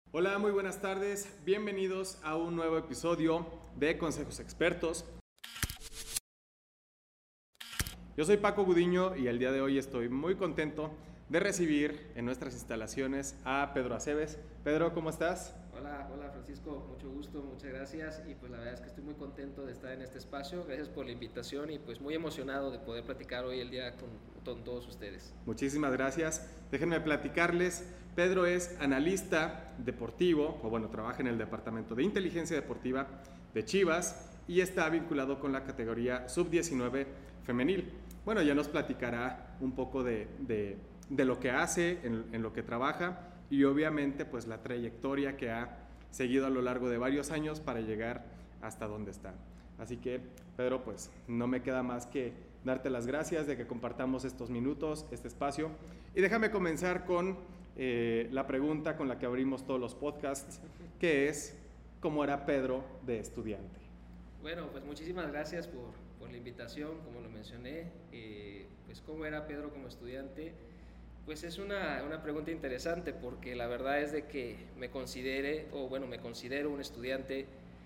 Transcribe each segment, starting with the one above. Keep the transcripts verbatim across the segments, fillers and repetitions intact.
Hola, muy buenas tardes. Bienvenidos a un nuevo episodio de Consejos Expertos. Yo soy Paco Gudiño y el día de hoy estoy muy contento de recibir en nuestras instalaciones a Pedro Aceves. Pedro, ¿cómo estás? Hola, hola Francisco, mucho gusto, muchas gracias y pues la verdad es que estoy muy contento de estar en este espacio, gracias por la invitación y pues muy emocionado de poder platicar hoy el día con, con todos ustedes. Muchísimas gracias. Déjenme platicarles. Pedro es analista deportivo, o bueno, trabaja en el departamento de inteligencia deportiva de Chivas y está vinculado con la categoría sub diecinueve femenil. Bueno, ya nos platicará un poco de, de, de lo que hace, en, en lo que trabaja y obviamente pues la trayectoria que ha seguido a lo largo de varios años para llegar hasta donde está. Así que, Pedro, pues no me queda más que darte las gracias de que compartamos estos minutos, este espacio. Y déjame comenzar con eh, la pregunta con la que abrimos todos los podcasts, que es, ¿cómo era Pedro de estudiante? Bueno, pues muchísimas gracias por, por la invitación, como lo mencioné, eh, pues cómo era Pedro como estudiante. Pues es una, una pregunta interesante porque la verdad es de que me considere, o bueno, me considero un estudiante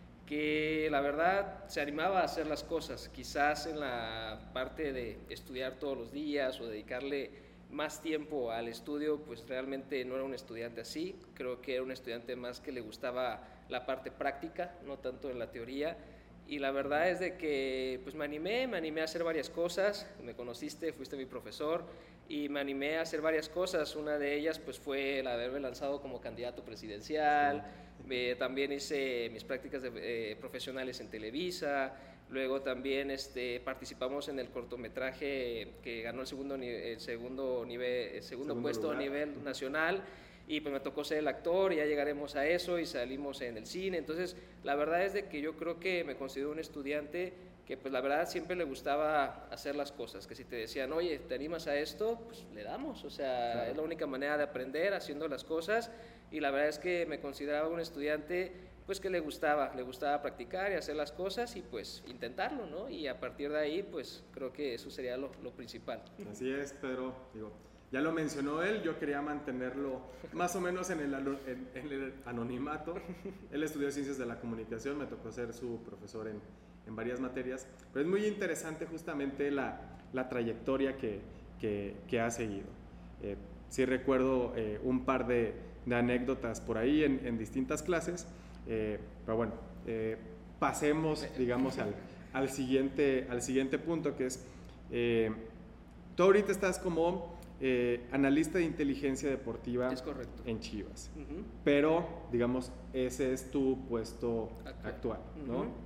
que la verdad se animaba a hacer las cosas, quizás en la parte de estudiar todos los días o dedicarle más tiempo al estudio, pues realmente no era un estudiante así, creo que era un estudiante más que le gustaba la parte práctica, no tanto en la teoría. Y la verdad es de que pues me animé, me animé a hacer varias cosas, me conociste, fuiste mi profesor y me animé a hacer varias cosas, una de ellas pues fue el haberme lanzado como candidato presidencial, sí. eh, también hice mis prácticas de, eh, profesionales en Televisa, luego también este, participamos en el cortometraje que ganó el segundo, el segundo, nivel, el segundo, segundo puesto lugar. A nivel nacional. Y pues me tocó ser el actor y ya llegaremos a eso y salimos en el cine. Entonces la verdad es de que yo creo que me considero un estudiante que pues la verdad siempre le gustaba hacer las cosas, que si te decían, oye, ¿te animas a esto? Pues le damos, o sea, claro. Es la única manera de aprender haciendo las cosas y la verdad es que me consideraba un estudiante pues que le gustaba, le gustaba practicar y hacer las cosas y pues intentarlo, ¿no? Y a partir de ahí pues creo que eso sería lo, lo principal. Así es, Pedro, digo, ya lo mencionó él, yo quería mantenerlo más o menos en el, en, en el anonimato. Él estudió Ciencias de la Comunicación, me tocó ser su profesor en, en varias materias, pero es muy interesante justamente la, la trayectoria que, que, que ha seguido. Eh, sí recuerdo eh, un par de, de anécdotas por ahí en, en distintas clases, eh, pero bueno, eh, pasemos, digamos, al, al, siguiente, al siguiente punto, que es, eh, tú ahorita estás como eh, analista de inteligencia deportiva en Chivas, uh-huh. Pero, digamos, ese es tu puesto actual, actual ¿no? Uh-huh.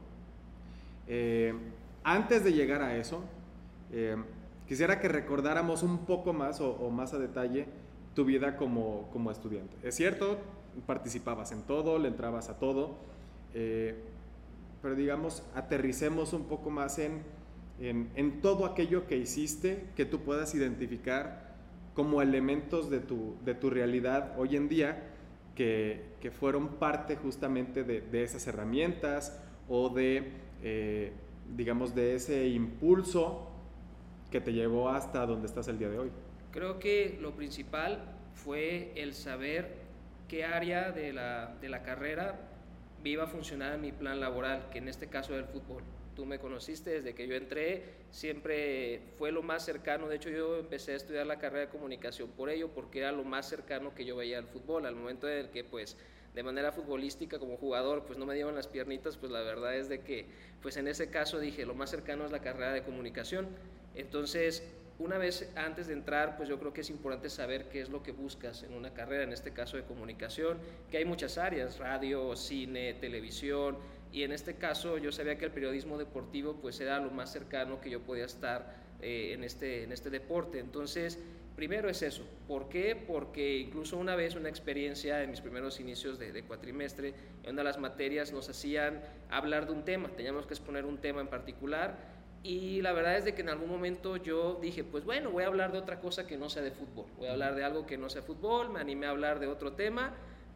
Eh, antes de llegar a eso, eh, quisiera que recordáramos un poco más o, o más a detalle tu vida como, como estudiante. Es cierto, participabas en todo, le entrabas a todo, eh, pero digamos, aterricemos un poco más en, en, en todo aquello que hiciste que tú puedas identificar como elementos de tu, de tu realidad hoy en día que, que fueron parte justamente de, de esas herramientas o de, eh, digamos, de ese impulso que te llevó hasta donde estás el día de hoy. Creo que lo principal fue el saber qué área de la, de la carrera iba a funcionar en mi plan laboral, que en este caso era el fútbol. Tú me conociste desde que yo entré, siempre fue lo más cercano, de hecho yo empecé a estudiar la carrera de comunicación por ello, porque era lo más cercano que yo veía al fútbol, al momento en el que pues de manera futbolística como jugador pues no me dieron las piernitas, pues la verdad es de que pues en ese caso dije lo más cercano es la carrera de comunicación. Entonces una vez antes de entrar, pues yo creo que es importante saber qué es lo que buscas en una carrera, en este caso de comunicación, que hay muchas áreas, radio, cine, televisión, y en este caso yo sabía que el periodismo deportivo pues era lo más cercano que yo podía estar eh, en, este, en este deporte. Entonces, primero es eso. ¿Por qué? Porque incluso una vez una experiencia en mis primeros inicios de, de cuatrimestre, en una de las materias nos hacían hablar de un tema, teníamos que exponer un tema en particular. Y la verdad es de que en algún momento yo dije, pues bueno, voy a hablar de otra cosa que no sea de fútbol, voy a hablar de algo que no sea fútbol, me animé a hablar de otro tema,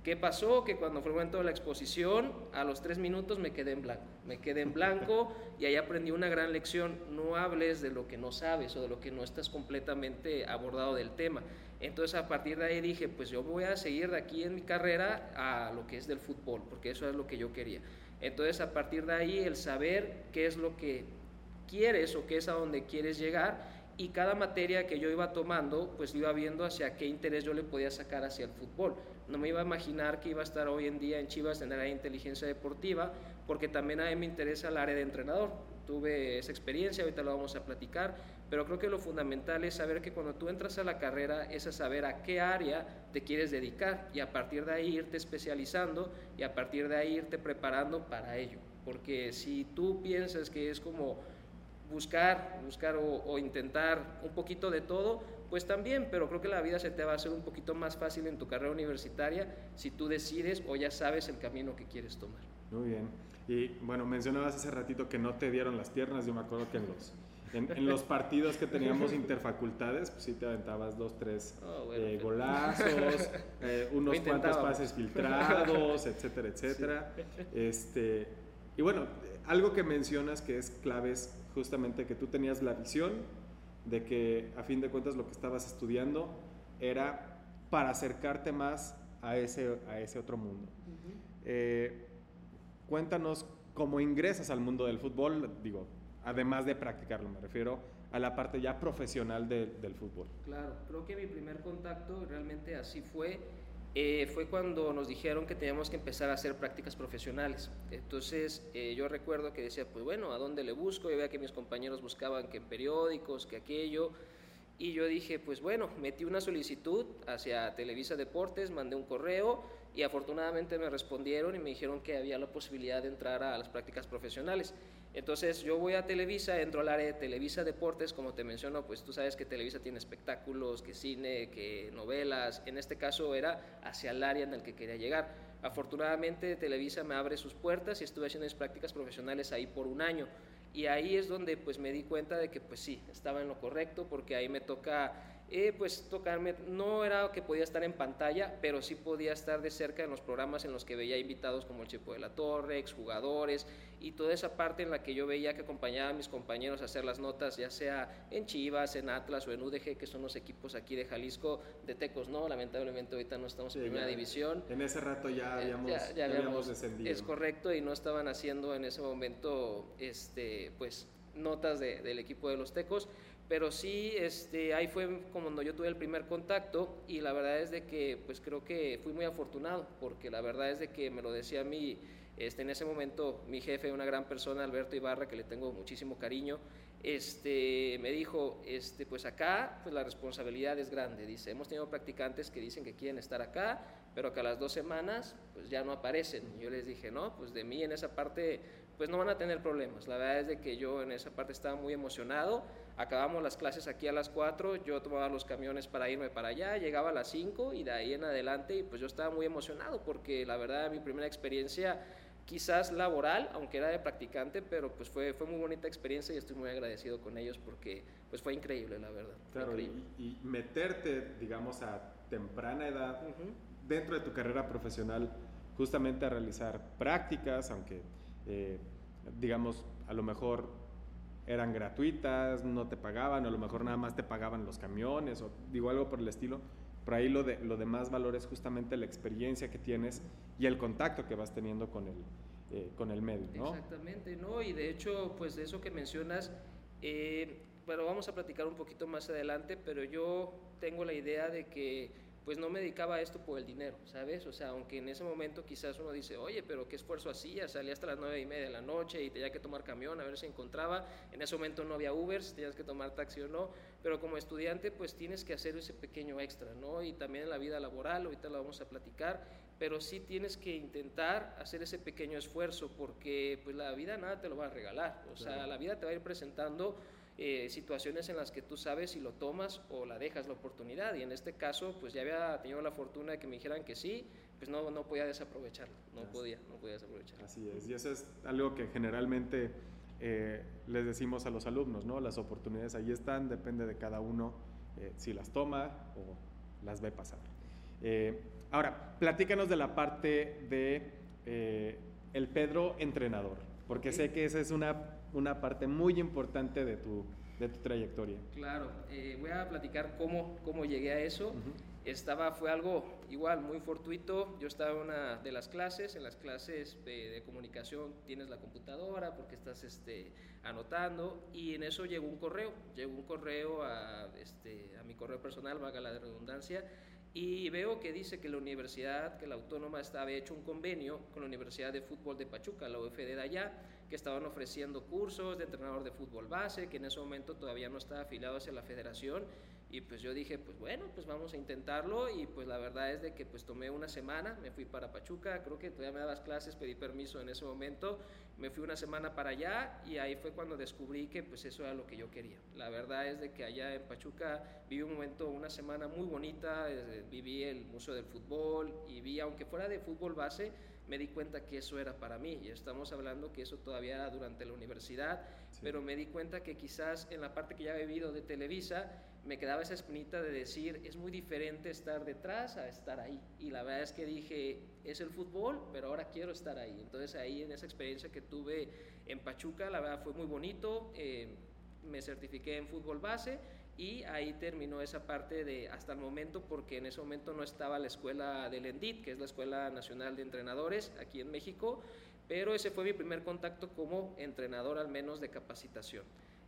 ¿Qué pasó? Que cuando fue el momento de la exposición, a los tres minutos me quedé en blanco. Me quedé en blanco y ahí aprendí una gran lección. No hables de lo que no sabes o de lo que no estás completamente abordado del tema. Entonces a partir de ahí dije, pues yo voy a seguir de aquí en mi carrera a lo que es del fútbol, porque eso es lo que yo quería. Entonces a partir de ahí el saber qué es lo que quieres o qué es a donde quieres llegar, y cada materia que yo iba tomando, pues iba viendo hacia qué interés yo le podía sacar hacia el fútbol. No me iba a imaginar que iba a estar hoy en día en Chivas en el área de inteligencia deportiva, porque también a mí me interesa el área de entrenador. Tuve esa experiencia, ahorita lo vamos a platicar, pero creo que lo fundamental es saber que cuando tú entras a la carrera es a saber a qué área te quieres dedicar y a partir de ahí irte especializando y a partir de ahí irte preparando para ello. Porque si tú piensas que es como buscar, buscar o, o intentar un poquito de todo, pues también, pero creo que la vida se te va a hacer un poquito más fácil en tu carrera universitaria si tú decides o ya sabes el camino que quieres tomar. Muy bien. Y bueno, mencionabas hace ratito que no te dieron las piernas. Yo me acuerdo que en los, en, en los partidos que teníamos interfacultades, pues sí te aventabas dos, tres oh, bueno, eh, golazos, eh, unos cuantos pases filtrados, etcétera, etcétera. Sí. Este, y bueno, algo que mencionas que es clave es justamente que tú tenías la visión de que a fin de cuentas lo que estabas estudiando era para acercarte más a ese, a ese otro mundo. Uh-huh. Eh, cuéntanos cómo ingresas al mundo del fútbol, digo, además de practicarlo, me refiero a la parte ya profesional de, del fútbol. Claro, creo que mi primer contacto realmente así fue, eh, fue cuando nos dijeron que teníamos que empezar a hacer prácticas profesionales. Entonces eh, yo recuerdo que decía, pues bueno, ¿a dónde le busco? Yo veía que mis compañeros buscaban que en periódicos, que aquello, y yo dije, pues bueno, metí una solicitud hacia Televisa Deportes, mandé un correo y afortunadamente me respondieron y me dijeron que había la posibilidad de entrar a las prácticas profesionales. Entonces yo voy a Televisa, entro al área de Televisa Deportes, como te menciono, pues tú sabes que Televisa tiene espectáculos, que cine, que novelas, en este caso era hacia el área en el que quería llegar. Afortunadamente Televisa me abre sus puertas y estuve haciendo mis prácticas profesionales ahí por un año. Y ahí es donde pues me di cuenta de que pues sí, estaba en lo correcto, porque ahí me toca eh, pues tocarme, no era que podía estar en pantalla, pero sí podía estar de cerca en los programas en los que veía invitados como el Chepo de la Torre, exjugadores, y toda esa parte en la que yo veía que acompañaba a mis compañeros a hacer las notas, ya sea en Chivas, en Atlas o en U D G, que son los equipos aquí de Jalisco, de Tecos no, lamentablemente ahorita no estamos en sí, primera ya, división. En ese rato ya habíamos, ya, ya, ya habíamos, habíamos descendido. Es correcto, y no estaban haciendo en ese momento este, pues, notas de, del equipo de los Tecos, pero sí, este, ahí fue cuando yo tuve el primer contacto y la verdad es de que pues creo que fui muy afortunado, porque la verdad es de que me lo decía mi, este, en ese momento mi jefe, una gran persona, Alberto Ibarra, que le tengo muchísimo cariño, este, me dijo, este, pues acá pues la responsabilidad es grande, dice, hemos tenido practicantes que dicen que quieren estar acá, pero que a las dos semanas pues ya no aparecen. Y yo les dije, no, pues de mí en esa parte pues no van a tener problemas. La verdad es de que yo en esa parte estaba muy emocionado. Acabamos las clases aquí a las cuatro, yo tomaba los camiones para irme para allá, llegaba a las cinco y de ahí en adelante, y pues yo estaba muy emocionado porque la verdad mi primera experiencia quizás laboral, aunque era de practicante, pero pues fue, fue muy bonita experiencia y estoy muy agradecido con ellos porque pues fue increíble, la verdad. Claro, y, y meterte, digamos, a temprana edad, uh-huh, dentro de tu carrera profesional, justamente a realizar prácticas, aunque eh, digamos, a lo mejor eran gratuitas, no te pagaban, o a lo mejor nada más te pagaban los camiones, o digo algo por el estilo. Por ahí lo de, lo de más valor es justamente la experiencia que tienes y el contacto que vas teniendo con el, eh, con el medio, ¿no? Exactamente, ¿no? Y de hecho, pues de eso que mencionas, eh, bueno, vamos a platicar un poquito más adelante, pero yo tengo la idea de que pues no me dedicaba a esto por el dinero, ¿sabes? O sea, aunque en ese momento quizás uno dice, oye, pero qué esfuerzo hacía, salía hasta las nueve y media de la noche y tenía que tomar camión a ver si encontraba, en ese momento no había Ubers, tenías que tomar taxi o no, pero como estudiante pues tienes que hacer ese pequeño extra, ¿no? Y también en la vida laboral, ahorita lo vamos a platicar, pero sí tienes que intentar hacer ese pequeño esfuerzo, porque pues la vida nada te lo va a regalar, o sea, claro, la vida te va a ir presentando Eh, situaciones en las que tú sabes si lo tomas o la dejas la oportunidad, y en este caso pues ya había tenido la fortuna de que me dijeran que sí, pues no, no podía desaprovecharlo, no Así. podía, no podía desaprovecharlo. Así es, y eso es algo que generalmente eh, les decimos a los alumnos, ¿no? Las oportunidades ahí están, depende de cada uno eh, si las toma o las ve pasar. Eh, Ahora, platícanos de la parte de eh, el Pedro entrenador, porque okay. sé que esa es una, una parte muy importante de tu, de tu trayectoria. Claro, eh, voy a platicar cómo, cómo llegué a eso. Uh-huh. Estaba, fue algo igual, muy fortuito. Yo estaba en una de las clases, en las clases de, de comunicación tienes la computadora porque estás este, anotando, y en eso llegó un correo, llegó un correo a, este, a mi correo personal, valga la redundancia, y veo que dice que la universidad, que la Autónoma había hecho un convenio con la Universidad de Fútbol de Pachuca, la U F D de allá, que estaban ofreciendo cursos de entrenador de fútbol base, que en ese momento todavía no estaba afiliado hacia la federación. Y pues yo dije, pues bueno, pues vamos a intentarlo, y pues la verdad es de que pues tomé una semana, me fui para Pachuca, creo que todavía me dabas clases, pedí permiso en ese momento, me fui una semana para allá, y ahí fue cuando descubrí que pues eso era lo que yo quería. La verdad es de que allá en Pachuca viví un momento, una semana muy bonita, eh, viví el Museo del Fútbol, y vi, aunque fuera de fútbol base, me di cuenta que eso era para mí, y estamos hablando que eso todavía era durante la universidad, sí. Pero me di cuenta que quizás en la parte que ya he vivido de Televisa, me quedaba esa espinita de decir, es muy diferente estar detrás a estar ahí, y la verdad es que dije, es el fútbol, pero ahora quiero estar ahí. Entonces ahí en esa experiencia que tuve en Pachuca, la verdad fue muy bonito, eh, me certifiqué en fútbol base, y ahí terminó esa parte de hasta el momento, porque en ese momento no estaba la escuela del ENDIT, que es la Escuela Nacional de Entrenadores aquí en México, pero ese fue mi primer contacto como entrenador, al menos de capacitación.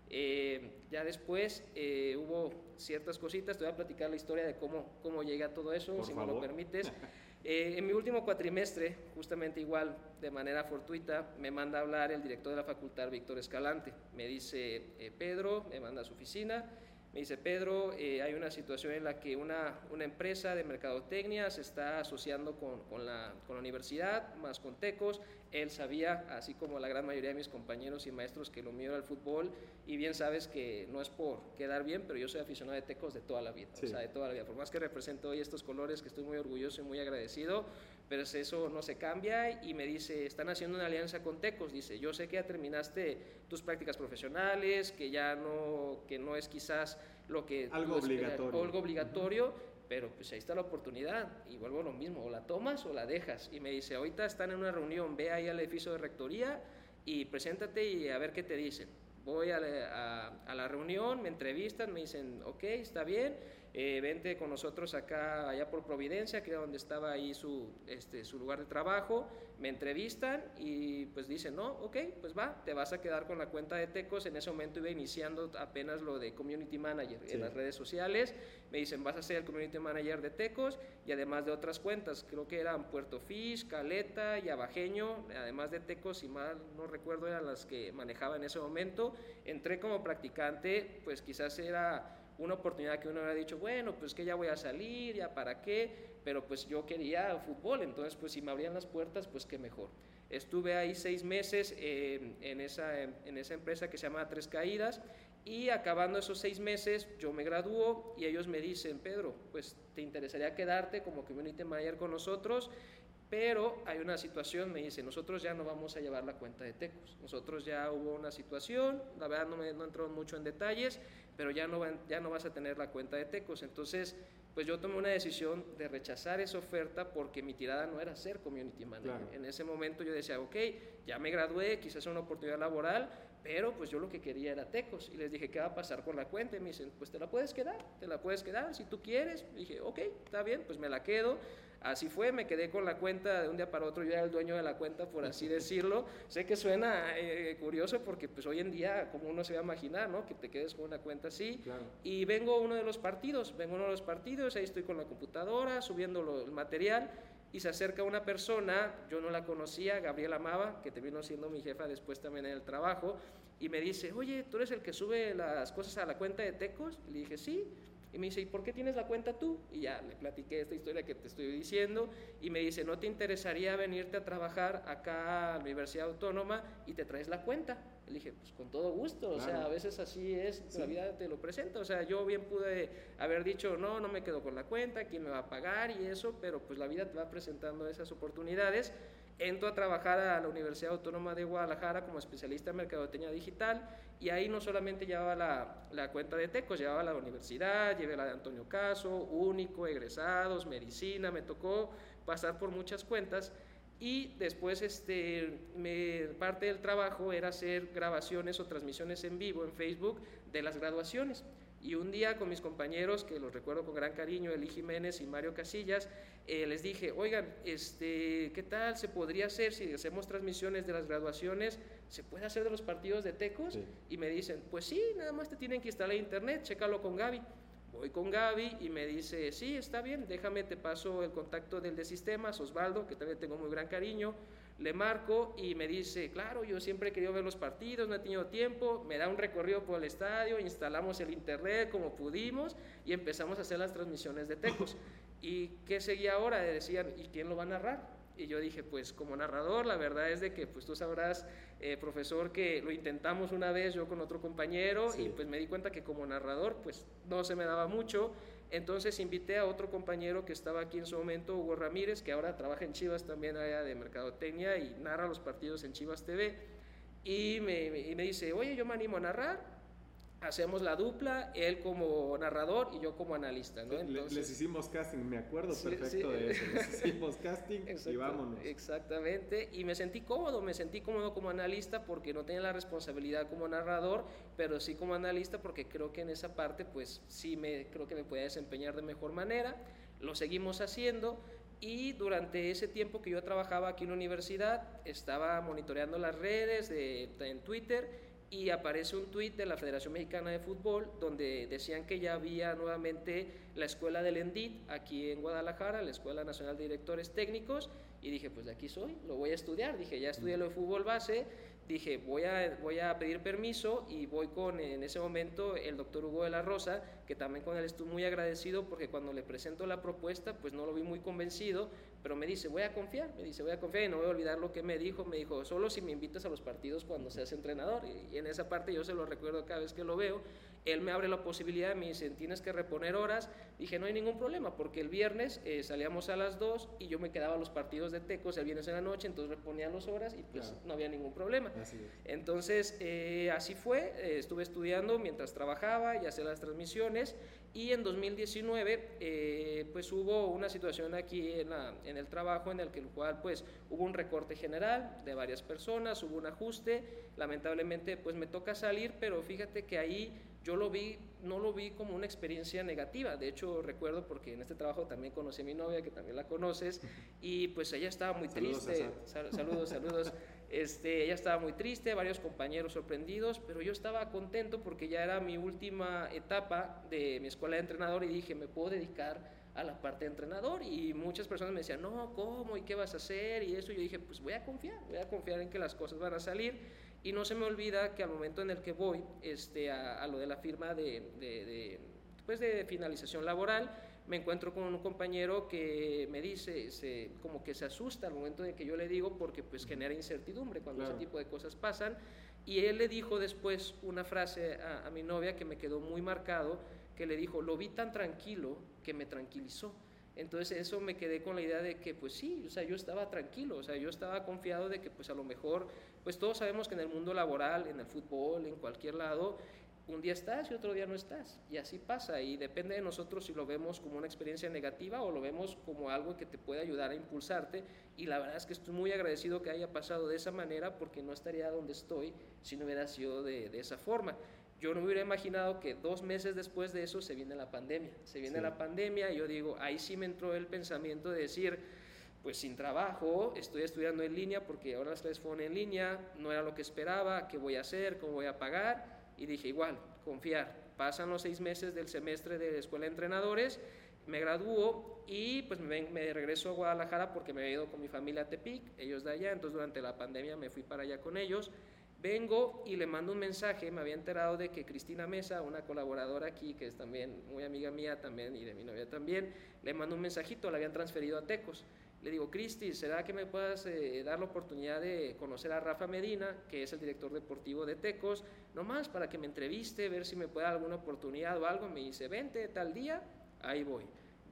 Eh, ya después eh, hubo ciertas cositas, te voy a platicar la historia de cómo, cómo llegué a todo eso, Por si favor. me lo permites. Eh, en mi último cuatrimestre, justamente igual, de manera fortuita, me manda a hablar el director de la facultad, Víctor Escalante. Me dice, eh, Pedro, me manda a su oficina, me dice, Pedro, eh, hay una situación en la que una, una empresa de mercadotecnia se está asociando con, con, la, con la universidad, más con Tecos. Él sabía, así como la gran mayoría de mis compañeros y maestros, que lo mío era el fútbol, y bien sabes que no es por quedar bien, pero yo soy aficionado de Tecos de toda la vida, sí. O sea, de toda la vida. Por más que represento hoy estos colores, que estoy muy orgulloso y muy agradecido, pero eso no se cambia, y me dice, están haciendo una alianza con Tecos. Dice, yo sé que ya terminaste tus prácticas profesionales, que ya no, que no es quizás lo que algo obligatorio, algo obligatorio, uh-huh. Pero pues ahí está la oportunidad, y vuelvo a lo mismo, o la tomas o la dejas. Y me dice, ahorita están en una reunión, ve ahí al edificio de rectoría y preséntate y a ver qué te dicen. Voy a la, a, a la reunión, me entrevistan, me dicen, ok, está bien, eh, vente con nosotros acá, allá por Providencia, que era donde estaba ahí su, este, su lugar de trabajo. Me entrevistan y pues dicen, no, ok, pues va, te vas a quedar con la cuenta de Tecos. En ese momento iba iniciando apenas lo de Community Manager, sí. En las redes sociales. Me dicen, vas a ser el Community Manager de Tecos, y además de otras cuentas, creo que eran Puerto Fish, Caleta y Abajeño, además de Tecos, si mal no recuerdo, eran las que manejaba en ese momento. Entré como practicante, pues quizás era una oportunidad que uno había dicho, bueno, pues que ya voy a salir, ya para qué, pero pues yo quería fútbol, entonces pues si me abrían las puertas, pues qué mejor. Estuve ahí seis meses eh, en, esa, en esa empresa que se llama Tres Caídas, y acabando esos seis meses yo me gradúo, y ellos me dicen, Pedro, pues te interesaría quedarte como Community Manager con nosotros, pero hay una situación. Me dice, nosotros ya no vamos a llevar la cuenta de Tecos, nosotros ya hubo una situación, la verdad no me no entró mucho en detalles, pero ya no, van, ya no vas a tener la cuenta de Tecos. Entonces pues yo tomé una decisión de rechazar esa oferta, porque mi tirada no era ser Community Manager. Claro. En ese momento yo decía, ok, ya me gradué, quizás una oportunidad laboral, pero pues yo lo que quería era Tecos. Y les dije, ¿qué va a pasar con la cuenta? Y me dicen, pues te la puedes quedar, te la puedes quedar si tú quieres. Y dije, ok, está bien, pues me la quedo. Así fue, me quedé con la cuenta de un día para otro. Yo era el dueño de la cuenta, por así decirlo. Sé que suena eh, curioso, porque pues hoy en día, como uno se va a imaginar, ¿no? Que te quedes con una cuenta así. Claro. Y vengo a uno de los partidos, vengo a uno de los partidos, ahí estoy con la computadora, subiendo lo, el material, y se acerca una persona, yo no la conocía, Gabriela Mava, que terminó siendo mi jefa después también en el trabajo, y me dice, oye, ¿tú eres el que sube las cosas a la cuenta de Tecos? Y le dije, sí. Y me dice, ¿y por qué tienes la cuenta tú? Y ya le platiqué esta historia que te estoy diciendo, y me dice, ¿no te interesaría venirte a trabajar acá a la Universidad Autónoma y te traes la cuenta? Le dije, pues con todo gusto, claro. O sea, a veces así es, sí. La vida te lo presenta. O sea, yo bien pude haber dicho, no, no me quedo con la cuenta, ¿quién me va a pagar? Y eso, pero pues la vida te va presentando esas oportunidades, Entro a trabajar a la Universidad Autónoma de Guadalajara como especialista en mercadotecnia digital y ahí no solamente llevaba la, la cuenta de Tecos, llevaba la universidad, llevé la de Antonio Caso, Único, Egresados, Medicina, me tocó pasar por muchas cuentas y después este, me, parte del trabajo era hacer grabaciones o transmisiones en vivo en Facebook de las graduaciones. Y un día con mis compañeros, que los recuerdo con gran cariño, Eli Jiménez y Mario Casillas, eh, les dije, oigan, este, ¿qué tal se podría hacer si hacemos transmisiones de las graduaciones? ¿Se puede hacer de los partidos de Tecos? Sí. Y me dicen, pues sí, nada más te tienen que instalar internet, chécalo con Gaby. Voy con Gaby y me dice, sí, está bien, déjame, te paso el contacto del de sistemas, Osvaldo, que también tengo muy gran cariño. Le marco y me dice, claro, yo siempre he querido ver los partidos, no he tenido tiempo, me da un recorrido por el estadio, instalamos el internet como pudimos y empezamos a hacer las transmisiones de Tecos. ¿Y qué seguía ahora? Decían, ¿y quién lo va a narrar? Y yo dije, pues como narrador, la verdad es de que pues tú sabrás, eh, profesor, que lo intentamos una vez yo con otro compañero, sí. Y pues me di cuenta que como narrador pues no se me daba mucho. Entonces invité a otro compañero que estaba aquí en su momento, Hugo Ramírez, que ahora trabaja en Chivas también, área de mercadotecnia, y narra los partidos en Chivas T V, y me, y me dice, oye, yo me animo a narrar, hacemos la dupla, él como narrador y yo como analista, ¿no? Entonces, les hicimos casting, me acuerdo sí, perfecto sí. de eso, les hicimos casting Exacto, y vámonos. Exactamente, y me sentí cómodo, me sentí cómodo como analista porque no tenía la responsabilidad como narrador, pero sí como analista porque creo que en esa parte pues sí me, creo que me podía desempeñar de mejor manera, lo seguimos haciendo. Y durante ese tiempo que yo trabajaba aquí en la universidad, estaba monitoreando las redes de, en Twitter, y aparece un tuit de la Federación Mexicana de Fútbol donde decían que ya había nuevamente la escuela del ENDIT aquí en Guadalajara, la Escuela Nacional de Directores Técnicos, y dije, pues de aquí soy, lo voy a estudiar. Dije, ya estudié lo de fútbol base, dije, voy a, voy a pedir permiso, y voy con, en ese momento, el doctor Hugo de la Rosa, que también con él estoy muy agradecido porque cuando le presento la propuesta, pues no lo vi muy convencido, pero me dice, voy a confiar, me dice, voy a confiar, y no voy a olvidar lo que me dijo, me dijo, solo si me invitas a los partidos cuando seas entrenador, y, y en esa parte yo se lo recuerdo cada vez que lo veo. Él me abre la posibilidad, me dice, tienes que reponer horas. Dije, no hay ningún problema, porque el viernes eh, salíamos a las dos y yo me quedaba a los partidos de Tecos el viernes en la noche, entonces reponía las horas y pues claro, no había ningún problema. Así es. Entonces, eh, así fue, eh, estuve estudiando mientras trabajaba y hacía las transmisiones, y en dos mil diecinueve eh, pues hubo una situación aquí en, la, en el trabajo en el que el cual pues hubo un recorte general de varias personas, hubo un ajuste, lamentablemente pues me toca salir, pero fíjate que ahí yo lo vi, no lo vi como una experiencia negativa. De hecho recuerdo porque en este trabajo también conocí a mi novia, que también la conoces, y pues ella estaba muy saludos triste, Sal, saludos, saludos, este, ella estaba muy triste, varios compañeros sorprendidos, pero yo estaba contento porque ya era mi última etapa de mi escuela de entrenador y dije, me puedo dedicar a la parte de entrenador, y muchas personas me decían, no, ¿cómo? ¿Y qué vas a hacer? Y eso, yo dije, pues voy a confiar, voy a confiar en que las cosas van a salir. Y no se me olvida que al momento en el que voy este, a, a lo de la firma de, de, de, pues de finalización laboral, me encuentro con un compañero que me dice, se, como que se asusta al momento de que yo le digo, porque pues genera incertidumbre cuando claro, ese tipo de cosas pasan, y él le dijo después una frase a, a mi novia que me quedó muy marcado, que le dijo, lo vi tan tranquilo que me tranquilizó. Entonces eso me quedé con la idea de que pues sí, o sea, yo estaba tranquilo, o sea, yo estaba confiado de que pues a lo mejor, pues todos sabemos que en el mundo laboral, en el fútbol, en cualquier lado, un día estás y otro día no estás, y así pasa, y depende de nosotros si lo vemos como una experiencia negativa o lo vemos como algo que te puede ayudar a impulsarte, y la verdad es que estoy muy agradecido que haya pasado de esa manera, porque no estaría donde estoy si no hubiera sido de, de esa forma. Yo no me hubiera imaginado que dos meses después de eso se viene la pandemia, se viene sí. la pandemia, y yo digo, ahí sí me entró el pensamiento de decir, pues sin trabajo, estoy estudiando en línea porque ahora las clases fueron en línea, no era lo que esperaba, ¿qué voy a hacer? ¿Cómo voy a pagar? Y dije, igual, confiar. Pasan los seis meses del semestre de Escuela de Entrenadores, me gradúo y pues me, me regreso a Guadalajara porque me había ido con mi familia a Tepic, ellos de allá, entonces durante la pandemia me fui para allá con ellos. Vengo y le mando un mensaje, me había enterado de que Cristina Mesa, una colaboradora aquí, que es también muy amiga mía también y de mi novia también, le mando un mensajito, la habían transferido a Tecos. Le digo, Cristi, ¿será que me puedas eh, dar la oportunidad de conocer a Rafa Medina, que es el director deportivo de Tecos, nomás para que me entreviste, ver si me puede dar alguna oportunidad o algo? Me dice, vente tal día, ahí voy.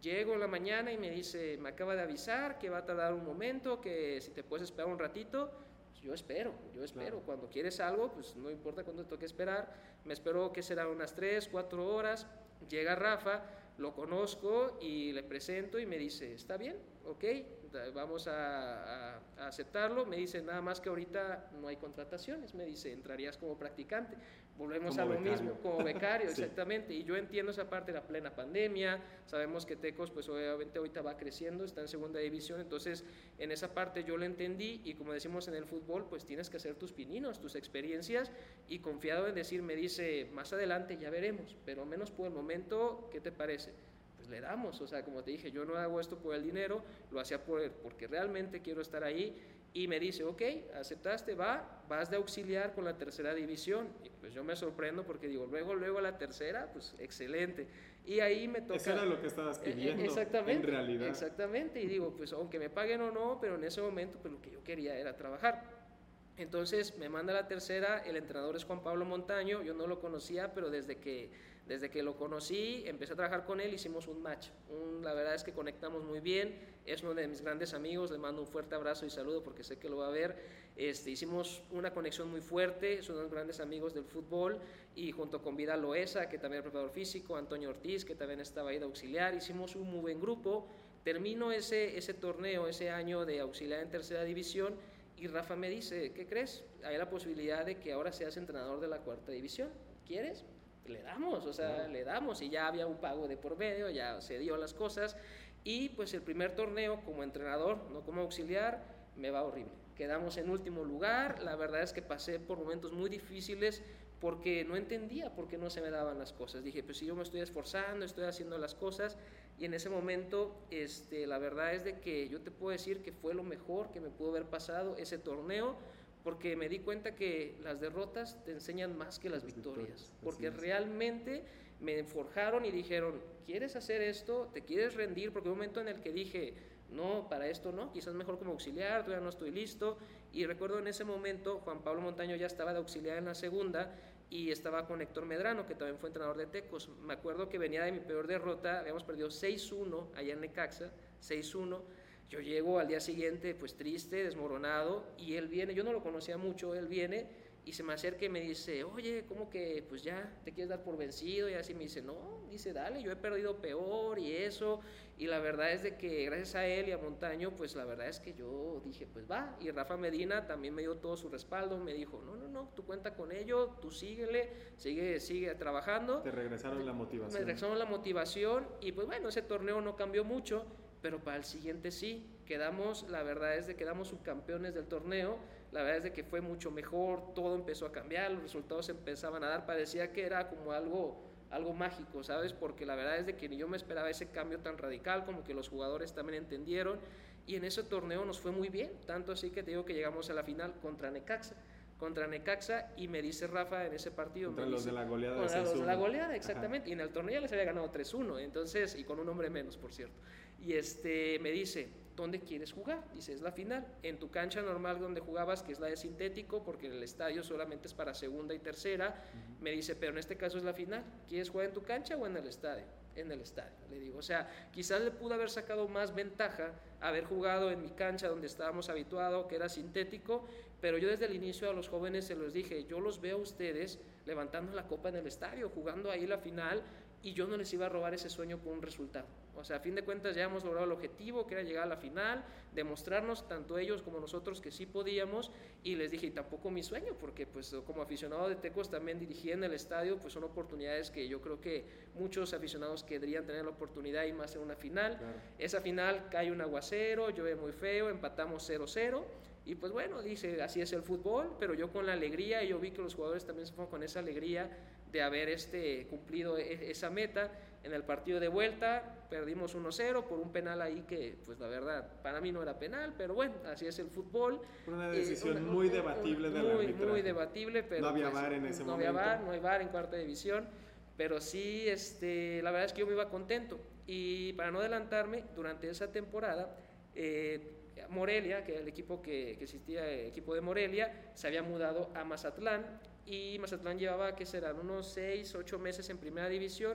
Llego en la mañana y me dice, me acaba de avisar que va a tardar un momento, que si te puedes esperar un ratito. Pues yo espero, yo espero. Claro. Cuando quieres algo, pues no importa cuánto te toque esperar. Me espero que será unas tres, cuatro horas. Llega Rafa, lo conozco y le presento y me dice, está bien, ok, vamos a, a, a aceptarlo. Me dice, nada más que ahorita no hay contrataciones. Me dice, entrarías como practicante. Volvemos como a lo becario. mismo, como becario, sí. Exactamente. Y yo entiendo esa parte de la plena pandemia. Sabemos que Tecos, pues obviamente ahorita va creciendo, está en segunda división. Entonces, en esa parte yo lo entendí. Y como decimos en el fútbol, pues tienes que hacer tus pininos, tus experiencias. Y confiado en decir, me dice, más adelante ya veremos. Pero menos por el momento, ¿qué te parece? Pues le damos. O sea, como te dije, yo no hago esto por el dinero, lo hacía por, porque realmente quiero estar ahí. Y me dice, ok, aceptaste, va, vas de auxiliar con la tercera división. Y pues yo me sorprendo porque digo, luego, luego a la tercera, pues excelente. Y ahí me toca... Eso era lo que estabas pidiendo, exactamente, en realidad. Exactamente, y digo, pues aunque me paguen o no, pero en ese momento, pues lo que yo quería era trabajar. Entonces me manda la tercera, el entrenador es Juan Pablo Montaño, yo no lo conocía, pero desde que, desde que lo conocí, empecé a trabajar con él, hicimos un match, un, la verdad es que conectamos muy bien, es uno de mis grandes amigos, le mando un fuerte abrazo y saludo porque sé que lo va a ver. Este, hicimos una conexión muy fuerte, es uno de los grandes amigos del fútbol, y junto con Vidal Loesa, que también es preparador físico, Antonio Ortiz, que también estaba ahí de auxiliar, hicimos un muy buen grupo. Termino ese, ese torneo, ese año de auxiliar en tercera división, y Rafa me dice, ¿qué crees? Hay la posibilidad de que ahora seas entrenador de la cuarta división. ¿Quieres? Le damos, o sea, le damos. Y ya había un pago de por medio, ya se dio las cosas. Y pues el primer torneo como entrenador, no como auxiliar, me va horrible. Quedamos en último lugar. La verdad es que pasé por momentos muy difíciles porque no entendía por qué no se me daban las cosas. Dije, pues si yo me estoy esforzando, estoy haciendo las cosas. Y en ese momento, este, la verdad es de que yo te puedo decir que fue lo mejor que me pudo haber pasado ese torneo, porque me di cuenta que las derrotas te enseñan más que las victorias, porque realmente me forjaron y dijeron, ¿quieres hacer esto? ¿Te quieres rendir? Porque hubo un momento en el que dije, no, para esto no, quizás mejor como auxiliar, todavía no estoy listo. Y recuerdo en ese momento, Juan Pablo Montaño ya estaba de auxiliar en la segunda, y estaba con Héctor Medrano, que también fue entrenador de Tecos. Me acuerdo que venía de mi peor derrota, habíamos perdido seis uno allá en Necaxa, seis uno. Yo llego al día siguiente pues triste, desmoronado, y él viene, yo no lo conocía mucho, él viene y se me acerca y me dice, oye, ¿cómo que pues ya te quieres dar por vencido? Y así me dice, no, dice, dale, yo he perdido peor y eso. Y la verdad es de que gracias a él y a Montaño, pues la verdad es que yo dije, pues va. Y Rafa Medina también me dio todo su respaldo, me dijo, no, no, no, tú cuenta con ello, tú síguele, sigue, sigue trabajando. Te regresaron la motivación. Me regresaron la motivación y pues bueno, ese torneo no cambió mucho, pero para el siguiente sí. Quedamos, la verdad es de que quedamos subcampeones del torneo. La verdad es de que fue mucho mejor, todo empezó a cambiar, los resultados se empezaban a dar, parecía que era como algo, algo mágico, ¿sabes? Porque la verdad es de que ni yo me esperaba ese cambio tan radical, como que los jugadores también entendieron, y en ese torneo nos fue muy bien, tanto así que te digo que llegamos a la final contra Necaxa, contra Necaxa, y me dice Rafa en ese partido... Contra me los dice, de la goleada. Contra los de la goleada, exactamente, ajá. Y en el torneo ya les había ganado tres uno, entonces, y con un hombre menos, por cierto, y este, me dice... ¿Dónde quieres jugar? Dice, es la final. En tu cancha normal donde jugabas, que es la de sintético, porque el estadio solamente es para segunda y tercera. Uh-huh. Me dice, pero en este caso es la final. ¿Quieres jugar en tu cancha o en el estadio? En el estadio, le digo. O sea, quizás le pude haber sacado más ventaja haber jugado en mi cancha donde estábamos habituados, que era sintético, pero yo desde el inicio a los jóvenes se los dije, yo los veo a ustedes levantando la copa en el estadio, jugando ahí la final, y yo no les iba a robar ese sueño por un resultado. O sea, a fin de cuentas ya hemos logrado el objetivo, que era llegar a la final, demostrarnos tanto ellos como nosotros que sí podíamos, y les dije, y tampoco mi sueño, porque pues como aficionado de Tecos también dirigí en el estadio, pues son oportunidades que yo creo que muchos aficionados querrían tener la oportunidad y más en una final. Claro. Esa final cae un aguacero, llueve muy feo, empatamos cero cero, y pues bueno, dice, así es el fútbol, pero yo con la alegría, y yo vi que los jugadores también se fueron con esa alegría de haber este, cumplido esa meta. En el partido de vuelta perdimos uno cero por un penal ahí que, pues la verdad, para mí no era penal, pero bueno, así es el fútbol. Una decisión eh, una, muy debatible una, del muy, arbitraje. Muy debatible, pero no había pues, V A R en ese no momento. No había V A R, no hay V A R en cuarta división, pero sí, este, la verdad es que yo me iba contento. Y para no adelantarme, durante esa temporada, eh, Morelia, que era el equipo que, que existía, el equipo de Morelia, se había mudado a Mazatlán, y Mazatlán llevaba, ¿qué serán? Unos seis, ocho meses en primera división,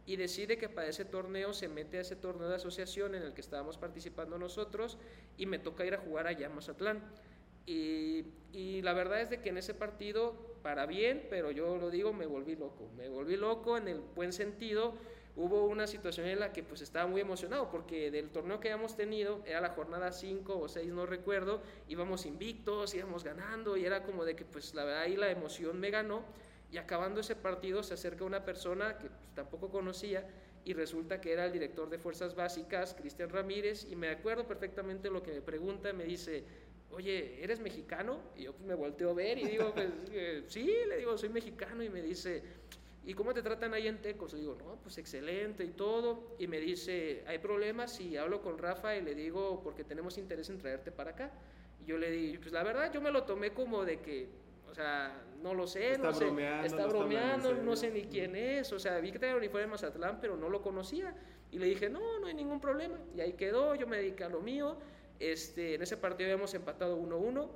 y decide que para ese torneo se mete a ese torneo de asociación en el que estábamos participando nosotros y me toca ir a jugar allá a Mazatlán. Y, y la verdad es de que en ese partido, para bien, pero yo lo digo, me volví loco, me volví loco en el buen sentido. Hubo una situación en la que pues estaba muy emocionado porque del torneo que habíamos tenido, era la jornada cinco o seis, no recuerdo, íbamos invictos, íbamos ganando y era como de que pues la verdad ahí la emoción me ganó. Y acabando ese partido se acerca una persona que pues, tampoco conocía y resulta que era el director de Fuerzas Básicas, Cristian Ramírez, y me acuerdo perfectamente lo que me pregunta, me dice, oye, ¿eres mexicano? Y yo pues me volteo a ver y digo, pues eh, sí, le digo, soy mexicano, y me dice, ¿y cómo te tratan ahí en Tecos? Le digo, no, pues excelente y todo, y me dice, ¿hay problemas? Y hablo con Rafa y le digo, porque tenemos interés en traerte para acá. Y yo le digo, pues la verdad yo me lo tomé como de que, o sea, no lo sé, está no sé, bromeando, está no bromeando, está no sé ni quién es, o sea, vi que tenía el uniforme de Mazatlán, pero no lo conocía, y le dije, no, no hay ningún problema, y ahí quedó, yo me dediqué a lo mío. Este, en ese partido habíamos empatado uno uno,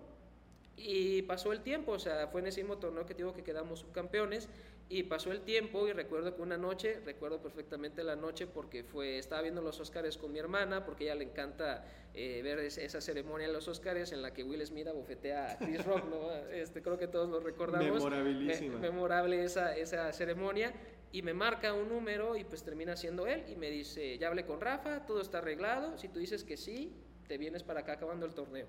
y pasó el tiempo, o sea, fue en ese mismo torneo que digo que quedamos subcampeones, y pasó el tiempo y recuerdo que una noche, recuerdo perfectamente la noche porque fue, estaba viendo los Óscares con mi hermana, porque a ella le encanta eh, ver esa ceremonia de los Óscares en la que Will Smith abofetea a Chris Rock, ¿no? Este, creo que todos lo recordamos. Memorabilísima. Me, memorable esa, esa ceremonia, y me marca un número y pues termina siendo él, y me dice, ya hablé con Rafa, todo está arreglado, si tú dices que sí, te vienes para acá acabando el torneo.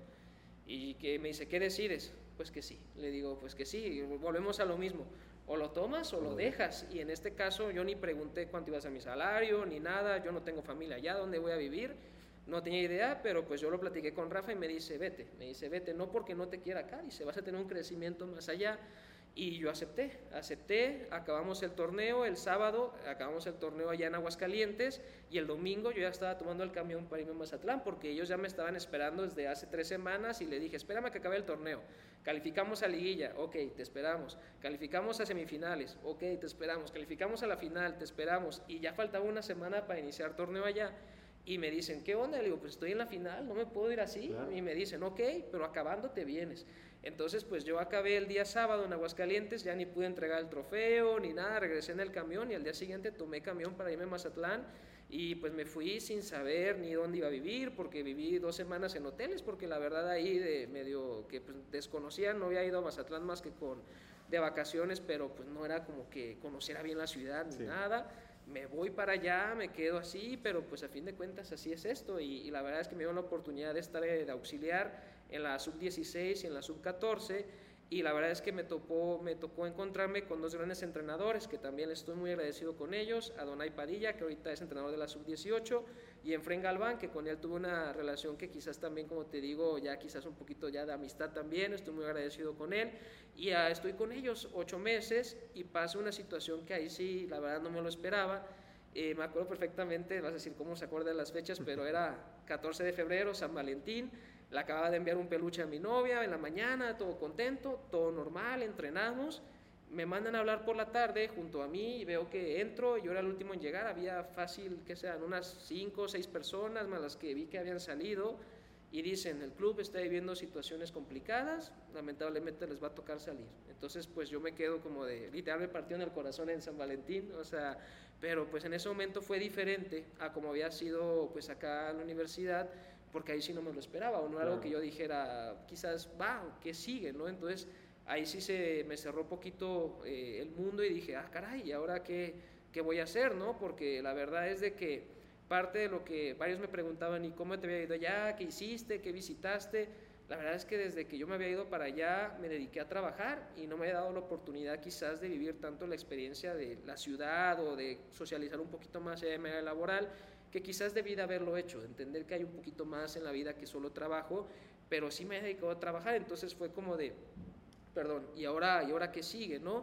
Y que me dice, ¿qué decides? Pues que sí. Le digo, pues que sí, volvemos a lo mismo. O lo tomas o lo dejas. Y en este caso yo ni pregunté cuánto iba a ser mi salario, ni nada. Yo no tengo familia allá, ¿dónde voy a vivir? No tenía idea, pero pues yo lo platiqué con Rafa y me dice, vete. Me dice, vete, no porque no te quiera acá. Dice, vas a tener un crecimiento más allá. Y yo acepté, acepté, acabamos el torneo el sábado, acabamos el torneo allá en Aguascalientes, y el domingo yo ya estaba tomando el camión para irme a Mazatlán, porque ellos ya me estaban esperando desde hace tres semanas, y le dije, espérame que acabe el torneo, calificamos a liguilla, ok, te esperamos, calificamos a semifinales, ok, te esperamos, calificamos a la final, te esperamos, y ya faltaba una semana para iniciar torneo allá. Y me dicen, ¿qué onda? Le digo, pues estoy en la final, no me puedo ir así. Claro. Y me dicen, ok, pero acabando te vienes. Entonces, pues yo acabé el día sábado en Aguascalientes, ya ni pude entregar el trofeo, ni nada, regresé en el camión, y al día siguiente tomé camión para irme a Mazatlán, y pues me fui sin saber ni dónde iba a vivir, porque viví dos semanas en hoteles, porque la verdad ahí de medio que pues, desconocía, no había ido a Mazatlán más que con, de vacaciones, pero pues no era como que conociera bien la ciudad ni sí. nada. Me voy para allá, me quedo así, pero pues a fin de cuentas así es esto, y, y la verdad es que me dio la oportunidad de estar de auxiliar en la sub dieciséis y en la sub catorce, y la verdad es que me tocó, me tocó encontrarme con dos grandes entrenadores, que también estoy muy agradecido con ellos, Adonai Padilla, que ahorita es entrenador de la sub dieciocho, y Efren Galván, que con él tuve una relación que quizás también, como te digo, ya quizás un poquito ya de amistad también, estoy muy agradecido con él, y uh, estoy con ellos ocho meses, y pasa una situación que ahí sí, la verdad no me lo esperaba. Eh, me acuerdo perfectamente, vas a decir cómo se acuerdan las fechas, pero era catorce de febrero, San Valentín. Le acababa de enviar un peluche a mi novia en la mañana, todo contento, todo normal, entrenamos. Me mandan a hablar por la tarde junto a mí y veo que entro, yo era el último en llegar, había fácil, que sean unas cinco o seis personas más las que vi que habían salido, y dicen, el club está viviendo situaciones complicadas, lamentablemente les va a tocar salir. Entonces pues yo me quedo como de, literal me partió en el corazón en San Valentín, o sea, pero pues en ese momento fue diferente a como había sido pues acá en la universidad, porque ahí sí no me lo esperaba, o no era algo que yo dijera, quizás, va, ¿qué sigue? ¿No? Entonces ahí sí se me cerró un poquito eh, el mundo, y dije, ah, caray, ¿y ahora qué, qué voy a hacer? ¿No? Porque la verdad es de que parte de lo que varios me preguntaban, ¿y cómo te había ido allá? ¿Qué hiciste? ¿Qué visitaste? La verdad es que desde que yo me había ido para allá me dediqué a trabajar, y no me había dado la oportunidad quizás de vivir tanto la experiencia de la ciudad o de socializar un poquito más allá de manera laboral, que quizás debí de haberlo hecho, de entender que hay un poquito más en la vida que solo trabajo, pero sí me he dedicado a trabajar. Entonces fue como de, perdón, ¿y ahora, y ahora qué sigue, no?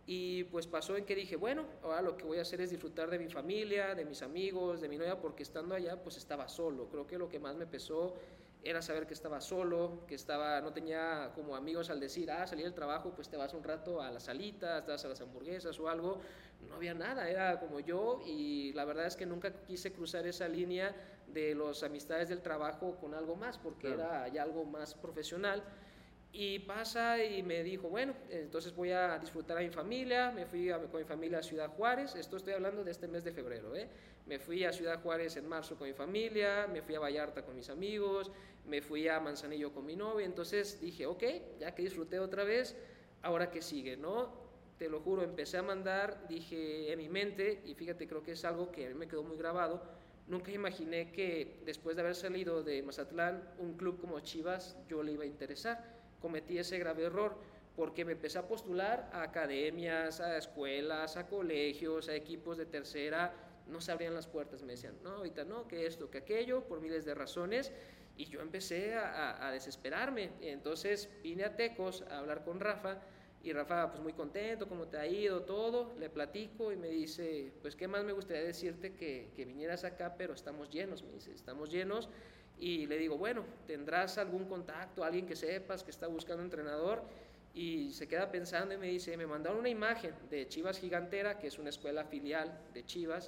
Y pues pasó en que dije, bueno, ahora lo que voy a hacer es disfrutar de mi familia, de mis amigos, de mi novia, porque estando allá pues estaba solo. Creo que lo que más me pesó era saber que estaba solo, que estaba, no tenía como amigos al decir, ah, salí del trabajo, pues te vas un rato a las salitas, te vas a las hamburguesas o algo. No había nada, era como yo, y la verdad es que nunca quise cruzar esa línea de las amistades del trabajo con algo más, porque claro. era ya algo más profesional. Y pasa y me dijo, bueno, entonces voy a disfrutar a mi familia, me fui a, con mi familia a Ciudad Juárez, esto estoy hablando de este mes de febrero, ¿eh? Me fui a Ciudad Juárez en marzo con mi familia, me fui a Vallarta con mis amigos, me fui a Manzanillo con mi novia, entonces dije, ok, ya que disfruté otra vez, ahora que sigue, ¿no? Te lo juro, empecé a mandar, dije en mi mente, y fíjate, creo que es algo que a mí me quedó muy grabado, nunca imaginé que después de haber salido de Mazatlán, un club como Chivas, yo le iba a interesar. Cometí ese grave error porque me empecé a postular a academias, a escuelas, a colegios, a equipos de tercera, no se abrían las puertas, me decían, no, ahorita no, que esto, que aquello, por miles de razones, y yo empecé a, a desesperarme. Entonces vine a Tecos a hablar con Rafa, y Rafa, pues muy contento, cómo te ha ido, todo, le platico y me dice, pues qué más me gustaría decirte que, que vinieras acá, pero estamos llenos, me dice, estamos llenos. Y le digo, bueno, ¿tendrás algún contacto, alguien que sepas que está buscando entrenador? Y se queda pensando y me dice, me mandaron una imagen de Chivas Gigantera, que es una escuela filial de Chivas.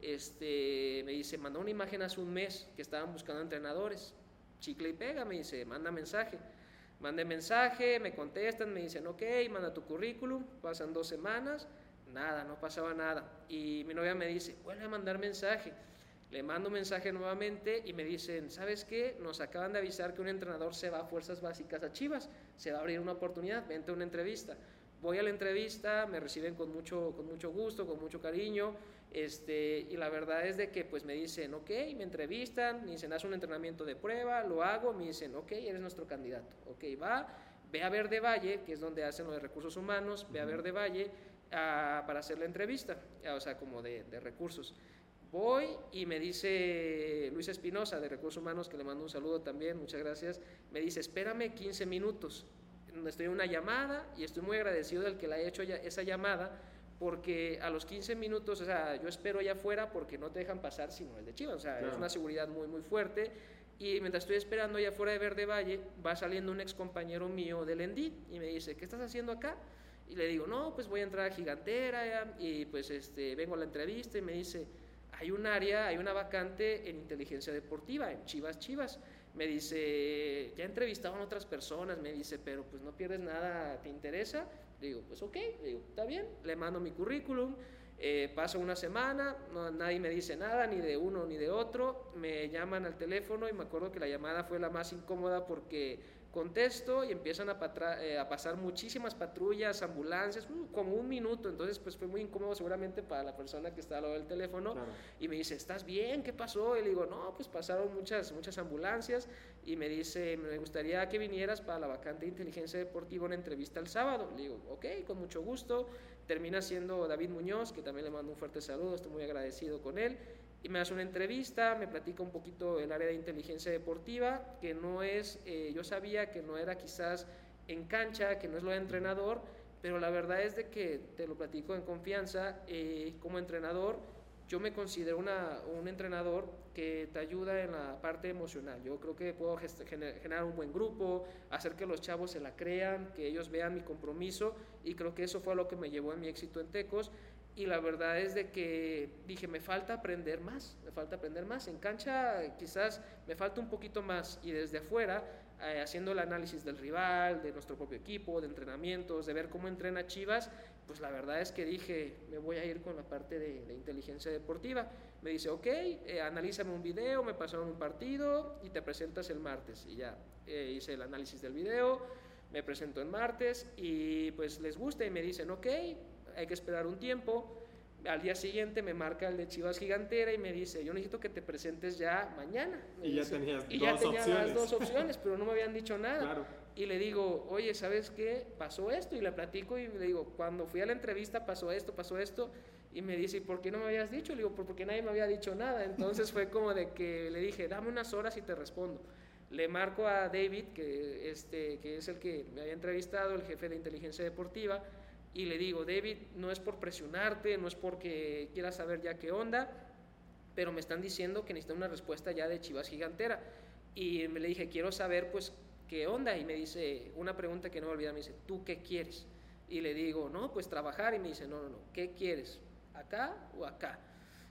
Este, me dice, mandó una imagen hace un mes que estaban buscando entrenadores. Chicle y pega, me dice, manda mensaje. Mandé mensaje, me contestan, me dicen, ok, manda tu currículum. Pasan dos semanas, nada, no pasaba nada. Y mi novia me dice, vuelve a mandar mensaje. Le mando un mensaje nuevamente y me dicen, ¿sabes qué? Nos acaban de avisar que un entrenador se va a Fuerzas Básicas a Chivas, se va a abrir una oportunidad, vente a una entrevista. Voy a la entrevista, me reciben con mucho, con mucho gusto, con mucho cariño, este, y la verdad es de que pues me dicen, ok, me entrevistan, me dicen, haz un entrenamiento de prueba, lo hago, me dicen, ok, eres nuestro candidato, ok, va, ve a Verde Valle, que es donde hacen lo de recursos humanos, ve a Verde Valle a, para hacer la entrevista, o sea, como de, de recursos. Voy y me dice Luis Espinosa de Recursos Humanos, que le mando un saludo también, muchas gracias, me dice, espérame quince minutos, estoy en una llamada y estoy muy agradecido del que le haya hecho ya esa llamada, porque a los quince minutos, o sea, yo espero allá afuera porque no te dejan pasar sino el de Chivas, o sea, claro. Es una seguridad muy, muy fuerte, y mientras estoy esperando allá afuera de Verde Valle, va saliendo un ex compañero mío del Endit y me dice, ¿qué estás haciendo acá? Y le digo, no, pues voy a entrar a Gigantera ya, y pues este, vengo a la entrevista, y me dice, hay un área, hay una vacante en inteligencia deportiva, en Chivas Chivas. Me dice, ya entrevistaban otras personas, me dice, pero pues no pierdes nada, ¿te interesa? Le digo, pues ok, le digo, está bien, le mando mi currículum, eh, pasa una semana, no, nadie me dice nada, ni de uno ni de otro, me llaman al teléfono y me acuerdo que la llamada fue la más incómoda porque contesto y empiezan a, patra, eh, a pasar muchísimas patrullas, ambulancias, uh, como un minuto, entonces pues fue muy incómodo seguramente para la persona que está al lado del teléfono, claro. Y me dice, ¿estás bien? ¿Qué pasó? Y le digo, no, pues pasaron muchas, muchas ambulancias, y me dice, me gustaría que vinieras para la vacante de inteligencia deportiva, una entrevista el sábado. Le digo, ok, con mucho gusto. Termina siendo David Muñoz, que también le mando un fuerte saludo, estoy muy agradecido con él. Y me hace una entrevista, me platica un poquito el área de inteligencia deportiva, que no es, eh, yo sabía que no era quizás en cancha, que no es lo de entrenador, pero la verdad es de que, te lo platico en confianza, eh, como entrenador, yo me considero una, un entrenador que te ayuda en la parte emocional. Yo creo que puedo generar un buen grupo, hacer que los chavos se la crean, que ellos vean mi compromiso, y creo que eso fue lo que me llevó a mi éxito en Tecos. Y la verdad es de que dije, me falta aprender más, me falta aprender más. En cancha quizás me falta un poquito más, y desde afuera, eh, haciendo el análisis del rival, de nuestro propio equipo, de entrenamientos, de ver cómo entrena Chivas, pues la verdad es que dije, me voy a ir con la parte de, de inteligencia deportiva. Me dice, ok, eh, analízame un video, me pasaron un partido y te presentas el martes. Y ya eh, hice el análisis del video, me presento el martes y pues les gusta y me dicen, ok, hay que esperar un tiempo. Al día siguiente me marca el de Chivas Gigantera y me dice, yo necesito que te presentes ya mañana. Me y dice, ya tenías y dos ya tenía opciones. las dos opciones, pero no me habían dicho nada. Claro. Y le digo, oye, ¿sabes qué? Pasó esto, y le platico y le digo, cuando fui a la entrevista pasó esto, pasó esto, y me dice, ¿y por qué no me habías dicho? Le digo, porque nadie me había dicho nada. Entonces fue como de que le dije, dame unas horas y te respondo. Le marco a David, que, este, que es el que me había entrevistado, el jefe de inteligencia deportiva, y le digo, David, no es por presionarte, no es porque quieras saber ya qué onda, pero me están diciendo que necesitan una respuesta ya de Chivas Gigantera. Y me le dije, quiero saber pues qué onda, y me dice, una pregunta que no me olvida, me dice, ¿tú qué quieres? Y le digo, no, pues trabajar, y me dice, no, no, no, ¿qué quieres? ¿Acá o acá?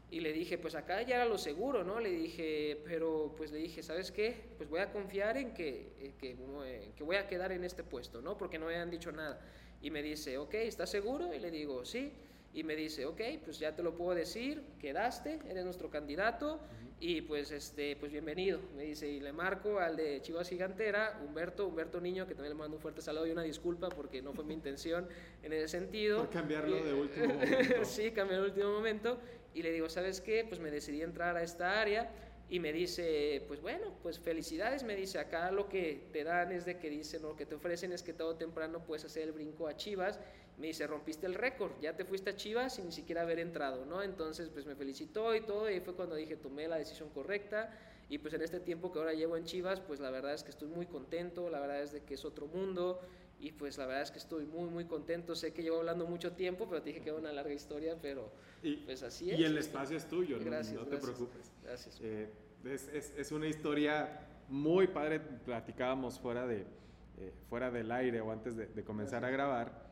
Y le dije, pues acá ya era lo seguro, ¿no? Le dije, pero pues le dije, ¿sabes qué? Pues voy a confiar en que, que, que voy a quedar en este puesto, ¿no? Porque no me habían dicho nada. Y me dice, ok, ¿estás seguro? Y le digo, sí. Y me dice, ok, pues ya te lo puedo decir, quedaste, eres nuestro candidato, uh-huh. Y pues, este, pues bienvenido. Me dice, y le marco al de Chivas Gigantera, Humberto, Humberto Niño, que también le mando un fuerte saludo y una disculpa porque no fue mi intención en ese sentido. Por cambiarlo y, de último momento. Sí, cambié de último momento. Y le digo, ¿sabes qué? Pues me decidí entrar a esta área. Y me dice, pues bueno, pues felicidades, me dice, acá lo que te dan es de que dicen, lo que te ofrecen es que todo temprano puedes hacer el brinco a Chivas. Me dice, rompiste el récord, ya te fuiste a Chivas sin ni siquiera haber entrado, ¿no? Entonces, pues me felicitó y todo, y fue cuando dije, tomé la decisión correcta. Y pues en este tiempo que ahora llevo en Chivas, pues la verdad es que estoy muy contento, la verdad es de que es otro mundo. Y pues la verdad es que estoy muy, muy contento. Sé que llevo hablando mucho tiempo, pero te dije que era una larga historia, pero y, pues así es. Y el espacio es tuyo, gracias, no, no gracias, te preocupes. Gracias. Eh, es, es, es una historia muy padre, platicábamos fuera, de, eh, fuera del aire o antes de, de comenzar gracias. a grabar,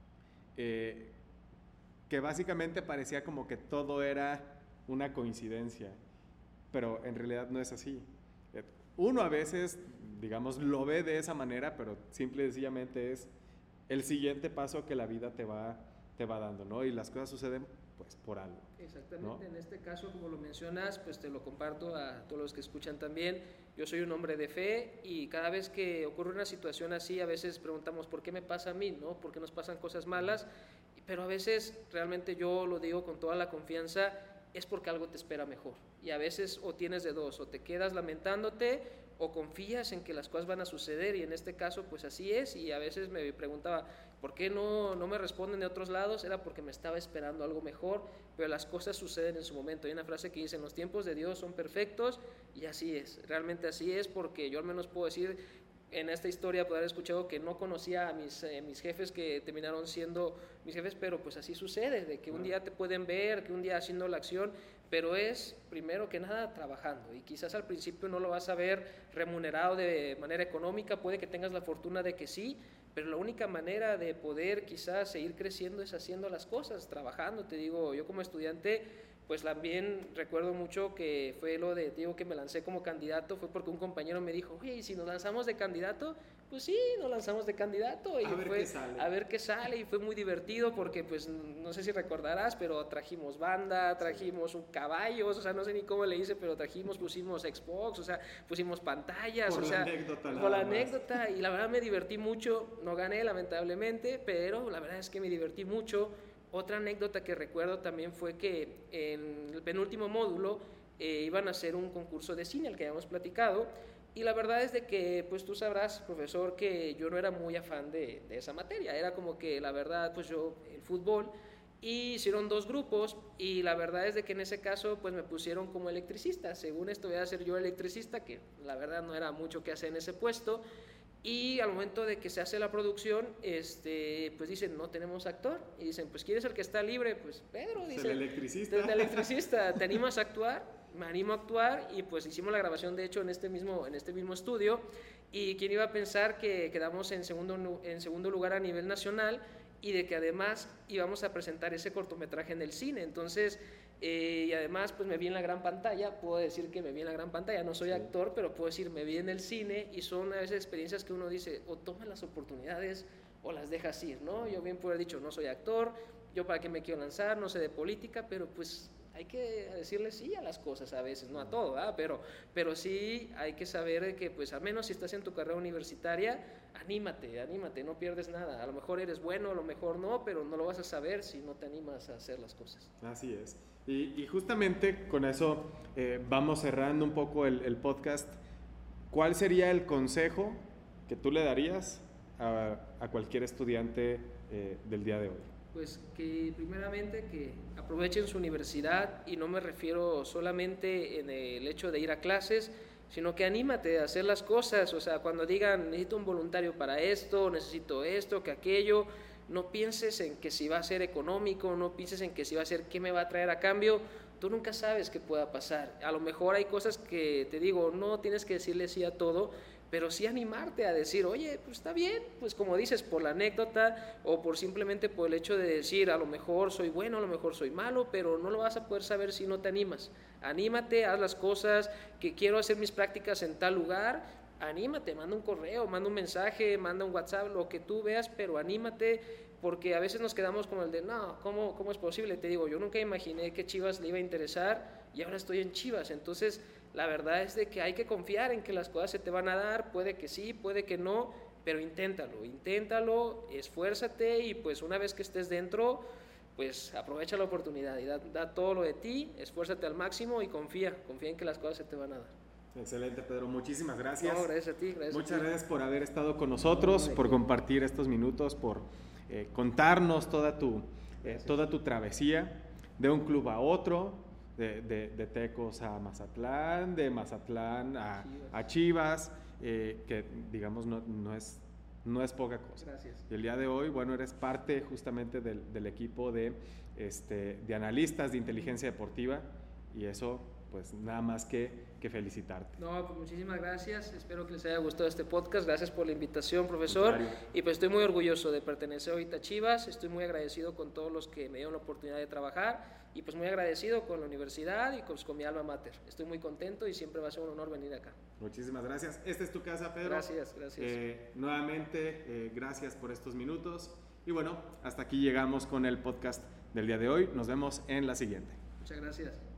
eh, que básicamente parecía como que todo era una coincidencia, pero en realidad no es así. Uno a veces, digamos, lo ve de esa manera, pero simple y sencillamente es el siguiente paso que la vida te va, te va dando, ¿no? Y las cosas suceden, pues, por algo. Exactamente, ¿no? En este caso, como lo mencionas, pues te lo comparto a todos los que escuchan también. Yo soy un hombre de fe y cada vez que ocurre una situación así, a veces preguntamos, ¿por qué me pasa a mí, no? ¿Por qué nos pasan cosas malas? Pero a veces, realmente yo lo digo con toda la confianza, es porque algo te espera mejor. Y a veces o tienes de dos, o te quedas lamentándote o confías en que las cosas van a suceder, y en este caso pues así es. Y a veces me preguntaba, ¿por qué no, no me responden de otros lados? Era porque me estaba esperando algo mejor, pero las cosas suceden en su momento. Hay una frase que dice, los tiempos de Dios son perfectos, y así es, realmente así es, porque yo al menos puedo decir en esta historia, poder haber escuchado que no conocía a mis, eh, mis jefes que terminaron siendo mis jefes, pero pues así sucede, de que un día te pueden ver, que un día haciendo la acción, pero es primero que nada trabajando, y quizás al principio no lo vas a ver remunerado de manera económica, puede que tengas la fortuna de que sí, pero la única manera de poder quizás seguir creciendo es haciendo las cosas, trabajando. Te digo, yo como estudiante, pues también recuerdo mucho que fue lo de, digo, que me lancé como candidato, fue porque un compañero me dijo, oye, ¿y si nos lanzamos de candidato? Pues sí, nos lanzamos de candidato, y a ver fue qué sale. a ver qué sale, y fue muy divertido porque, pues, no sé si recordarás, pero trajimos banda, trajimos un caballos, o sea, no sé ni cómo le hice, pero trajimos, pusimos Xbox, o sea, pusimos pantallas, por o la sea, anécdota, por la más. anécdota, y la verdad me divertí mucho, no gané lamentablemente, pero la verdad es que me divertí mucho. Otra anécdota que recuerdo también fue que en el penúltimo módulo eh, iban a hacer un concurso de cine, el que habíamos platicado, y la verdad es de que, pues tú sabrás, profesor, que yo no era muy afán de, de esa materia, era como que la verdad, pues yo, el fútbol, y hicieron dos grupos, y la verdad es de que en ese caso, pues me pusieron como electricista, según esto voy a ser yo electricista, que la verdad no era mucho que hacer en ese puesto. Y al momento de que se hace la producción, este, pues dicen, no tenemos actor. Y dicen, pues ¿quién es el que está libre? Pues Pedro, dice. El electricista. El electricista, ¿te animas a actuar? Me animo a actuar, y pues hicimos la grabación, de hecho, en este mismo, en este mismo estudio. Y quién iba a pensar que quedamos en segundo, en segundo lugar a nivel nacional, y de que además íbamos a presentar ese cortometraje en el cine. Entonces, eh, y además pues me vi en la gran pantalla, puedo decir que me vi en la gran pantalla, no soy sí. actor, pero puedo decir me vi en el cine, y son a veces experiencias que uno dice, o toma las oportunidades o las dejas ir, ¿no? Yo bien puedo haber dicho, no soy actor, yo para qué me quiero lanzar, no sé de política, pero pues hay que decirle sí a las cosas a veces, no a todo, ¿verdad? Pero, pero sí hay que saber que pues al menos si estás en tu carrera universitaria, anímate, anímate, no pierdes nada. A lo mejor eres bueno, a lo mejor no, pero no lo vas a saber si no te animas a hacer las cosas. Así es. Y, y justamente con eso eh, vamos cerrando un poco el, el podcast. ¿Cuál sería el consejo que tú le darías a, a cualquier estudiante eh, del día de hoy? Pues que primeramente que aprovechen su universidad, y no me refiero solamente en el hecho de ir a clases, sino que anímate a hacer las cosas. O sea, cuando digan necesito un voluntario para esto, necesito esto, que aquello, no pienses en que si va a ser económico, no pienses en que si va a ser qué me va a traer a cambio. Tú nunca sabes qué pueda pasar. A lo mejor hay cosas que te digo, no tienes que decirle sí a todo, pero sí animarte a decir, oye, pues está bien, pues como dices, por la anécdota o por simplemente por el hecho de decir, a lo mejor soy bueno, a lo mejor soy malo, pero no lo vas a poder saber si no te animas. Anímate, haz las cosas, que quiero hacer mis prácticas en tal lugar, anímate, manda un correo, manda un mensaje, manda un WhatsApp, lo que tú veas, pero anímate, porque a veces nos quedamos con el de, no, ¿cómo, cómo es posible? Te digo, yo nunca imaginé que Chivas le iba a interesar y ahora estoy en Chivas, entonces la verdad es de que hay que confiar en que las cosas se te van a dar, puede que sí, puede que no, pero inténtalo, inténtalo, esfuérzate y pues una vez que estés dentro, pues aprovecha la oportunidad y da, da todo lo de ti, esfuérzate al máximo y confía, confía en que las cosas se te van a dar. Excelente, Pedro, muchísimas gracias. No, gracias a ti, gracias Muchas a ti. gracias por haber estado con nosotros, No, por compartir estos minutos, por eh, contarnos toda tu, eh, toda tu travesía de un club a otro, de, de, de Tecos a Mazatlán, de Mazatlán a Chivas, a Chivas eh, que digamos no, no, es, no es poca cosa. Gracias. Y el día de hoy, bueno, eres parte justamente del, del equipo de, este, de analistas de inteligencia deportiva y eso pues nada más que, que felicitarte. No, pues muchísimas gracias, espero que les haya gustado este podcast, gracias por la invitación, profesor, y pues estoy muy orgulloso de pertenecer ahorita a Chivas, estoy muy agradecido con todos los que me dieron la oportunidad de trabajar y pues muy agradecido con la universidad y pues, con mi alma mater, estoy muy contento y siempre va a ser un honor venir acá. Muchísimas gracias, esta es tu casa, Pedro. Gracias, gracias. Eh, nuevamente, eh, gracias por estos minutos y bueno, hasta aquí llegamos con el podcast del día de hoy, nos vemos en la siguiente. Muchas gracias.